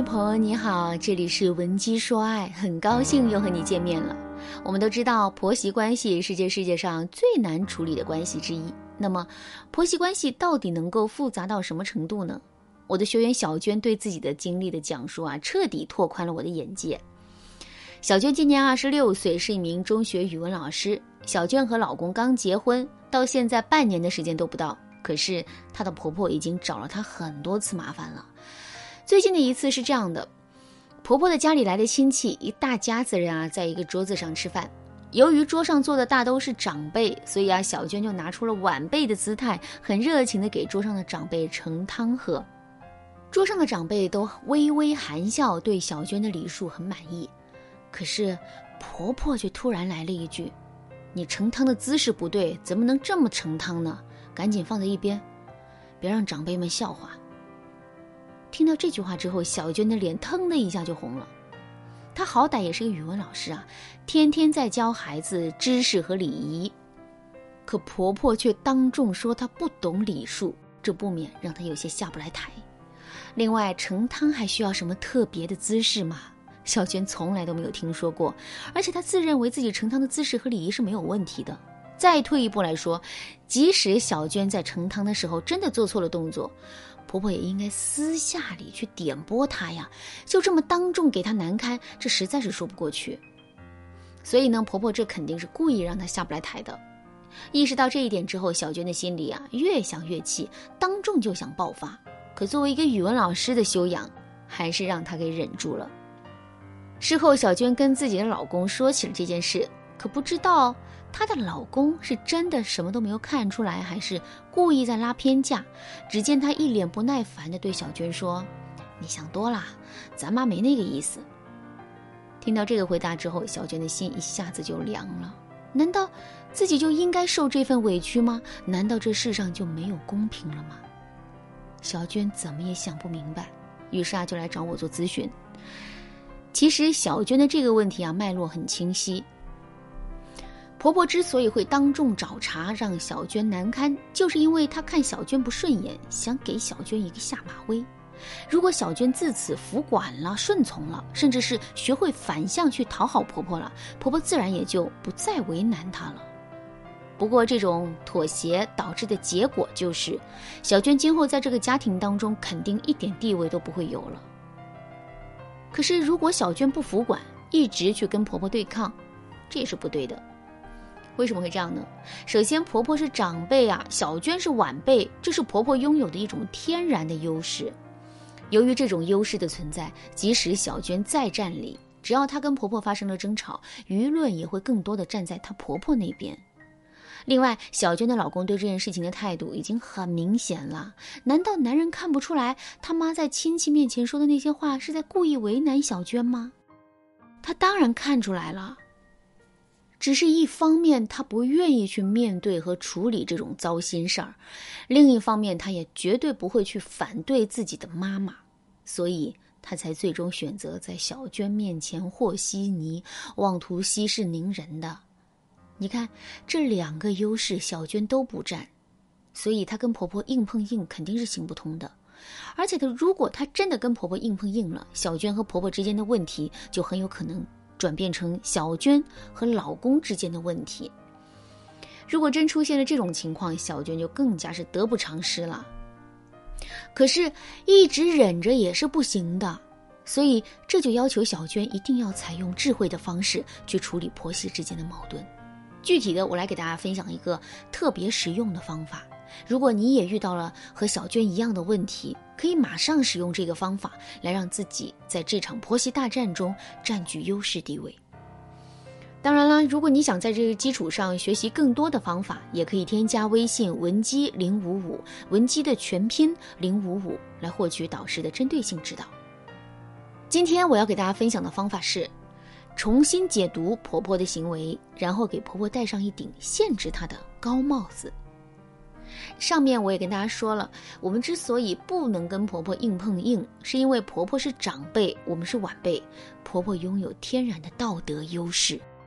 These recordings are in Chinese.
朋友你好，这里是文姬说爱，很高兴又和你见面了。我们都知道婆媳关系是世界上最难处理的关系之一，那么婆媳关系到底能够复杂到什么程度呢？我的学员小娟对自己的经历的讲述彻底拓宽了我的眼界。小娟今年26岁，是一名中学语文老师。小娟和老公刚结婚，到现在半年的时间都不到，可是她的婆婆已经找了她很多次麻烦了。最近的一次是这样的，婆婆的家里来的亲戚，一大家子人在一个桌子上吃饭。由于桌上坐的大都是长辈，所以小娟就拿出了晚辈的姿态，很热情地给桌上的长辈盛汤喝。桌上的长辈都微微含笑，对小娟的礼数很满意。可是婆婆却突然来了一句：你盛汤的姿势不对，怎么能这么盛汤呢？赶紧放在一边，别让长辈们笑话。听到这句话之后，小娟的脸腾的一下就红了。她好歹也是个语文老师天天在教孩子知识和礼仪，可婆婆却当众说她不懂礼数，这不免让她有些下不来台。另外，盛汤还需要什么特别的姿势吗？小娟从来都没有听说过，而且她自认为自己盛汤的姿势和礼仪是没有问题的。再退一步来说，即使小娟在盛汤的时候真的做错了动作，婆婆也应该私下里去点拨她呀，就这么当众给她难堪，这实在是说不过去。所以呢，婆婆这肯定是故意让她下不来台的。意识到这一点之后，小娟的心里越想越气，当众就想爆发。可作为一个语文老师的修养，还是让她给忍住了。事后，小娟跟自己的老公说起了这件事，可不知道她的老公是真的什么都没有看出来，还是故意在拉偏架。只见他一脸不耐烦地对小娟说：你想多了，咱妈没那个意思。听到这个回答之后，小娟的心一下子就凉了。难道自己就应该受这份委屈吗？难道这世上就没有公平了吗？小娟怎么也想不明白，于是就来找我做咨询。其实小娟的这个问题脉络很清晰。婆婆之所以会当众找茬让小娟难堪，就是因为她看小娟不顺眼，想给小娟一个下马威。如果小娟自此服管了，顺从了，甚至是学会反向去讨好婆婆了，婆婆自然也就不再为难她了。不过这种妥协导致的结果就是，小娟今后在这个家庭当中肯定一点地位都不会有了。可是如果小娟不服管，一直去跟婆婆对抗，这也是不对的。为什么会这样呢？首先，婆婆是长辈小娟是晚辈，这是婆婆拥有的一种天然的优势。由于这种优势的存在，即使小娟再占理，只要她跟婆婆发生了争吵，舆论也会更多的站在她婆婆那边。另外，小娟的老公对这件事情的态度已经很明显了，难道男人看不出来他妈在亲戚面前说的那些话是在故意为难小娟吗？他当然看出来了，只是一方面他不愿意去面对和处理这种糟心事儿，另一方面他也绝对不会去反对自己的妈妈，所以他才最终选择在小娟面前和稀泥，妄图息事宁人的。你看，这两个优势小娟都不占，所以她跟婆婆硬碰硬肯定是行不通的。而且如果她真的跟婆婆硬碰硬了，小娟和婆婆之间的问题就很有可能转变成小娟和老公之间的问题。如果真出现了这种情况，小娟就更加是得不偿失了。可是一直忍着也是不行的，所以这就要求小娟一定要采用智慧的方式去处理婆媳之间的矛盾。具体的，我来给大家分享一个特别实用的方法。如果你也遇到了和小娟一样的问题，可以马上使用这个方法来让自己在这场婆媳大战中占据优势地位。当然了，如果你想在这个基础上学习更多的方法，也可以添加微信文姬055，文姬的全拼055，来获取导师的针对性指导。今天我要给大家分享的方法是重新解读婆婆的行为，然后给婆婆戴上一顶限制她的高帽子。上面我也跟大家说了，我们之所以不能跟婆婆硬碰硬，是因为婆婆是长辈，我们是晚辈，婆婆拥有天然的道德优势。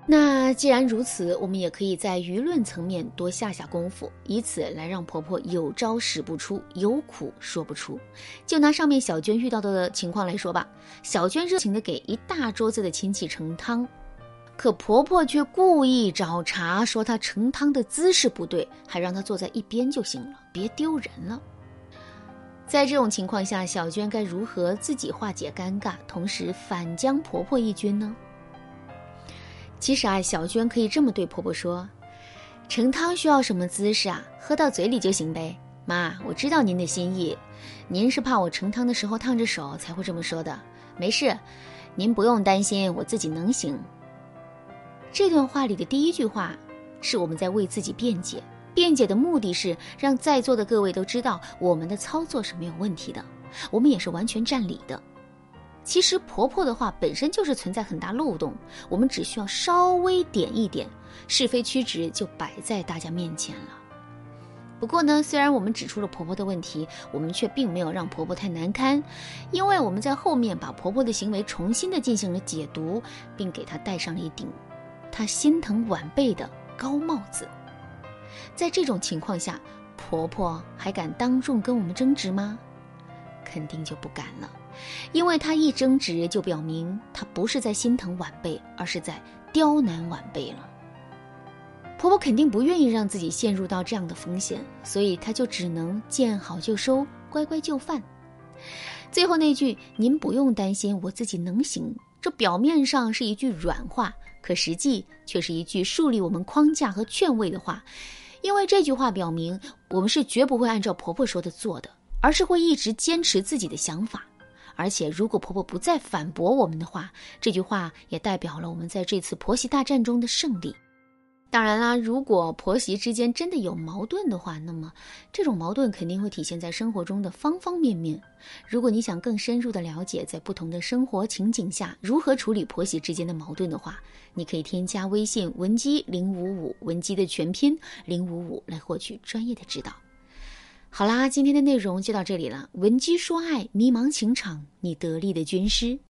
那既然如此，我们也可以在舆论层面多下功夫，以此来让婆婆有招使不出，有苦说不出。就拿上面小娟遇到的情况来说吧，小娟热情地给一大桌子的亲戚盛汤，可婆婆却故意找茬，说她盛汤的姿势不对，还让她坐在一边就行了，别丢人了。在这种情况下，小娟该如何自己化解尴尬，同时反将婆婆一军呢？其实啊，小娟可以这么对婆婆说：盛汤需要什么姿势啊？喝到嘴里就行呗。妈，我知道您的心意，您是怕我盛汤的时候烫着手才会这么说的。没事，您不用担心，我自己能行。这段话里的第一句话是我们在为自己辩解，辩解的目的是让在座的各位都知道我们的操作是没有问题的，我们也是完全占理的。其实婆婆的话本身就是存在很大漏洞，我们只需要稍微点一点，是非曲直就摆在大家面前了。不过呢，虽然我们指出了婆婆的问题，我们却并没有让婆婆太难堪，因为我们在后面把婆婆的行为重新的进行了解读，并给她戴上了一顶她心疼晚辈的高帽子。在这种情况下，婆婆还敢当众跟我们争执吗？肯定就不敢了，因为她一争执就表明她不是在心疼晚辈，而是在刁难晚辈了。婆婆肯定不愿意让自己陷入到这样的风险，所以她就只能见好就收，乖乖就范。最后那句您不用担心，我自己能行，这表面上是一句软话，可实际却是一句树立我们框架和劝慰的话。因为这句话表明我们是绝不会按照婆婆说的做的，而是会一直坚持自己的想法。而且如果婆婆不再反驳我们的话，这句话也代表了我们在这次婆媳大战中的胜利。当然啦，如果婆媳之间真的有矛盾的话，那么这种矛盾肯定会体现在生活中的方方面面。如果你想更深入的了解在不同的生活情景下如何处理婆媳之间的矛盾的话，你可以添加微信文姬055，文姬的全拼055，来获取专业的指导。好啦，今天的内容就到这里了。文姬说爱，迷茫情场，你得力的军师。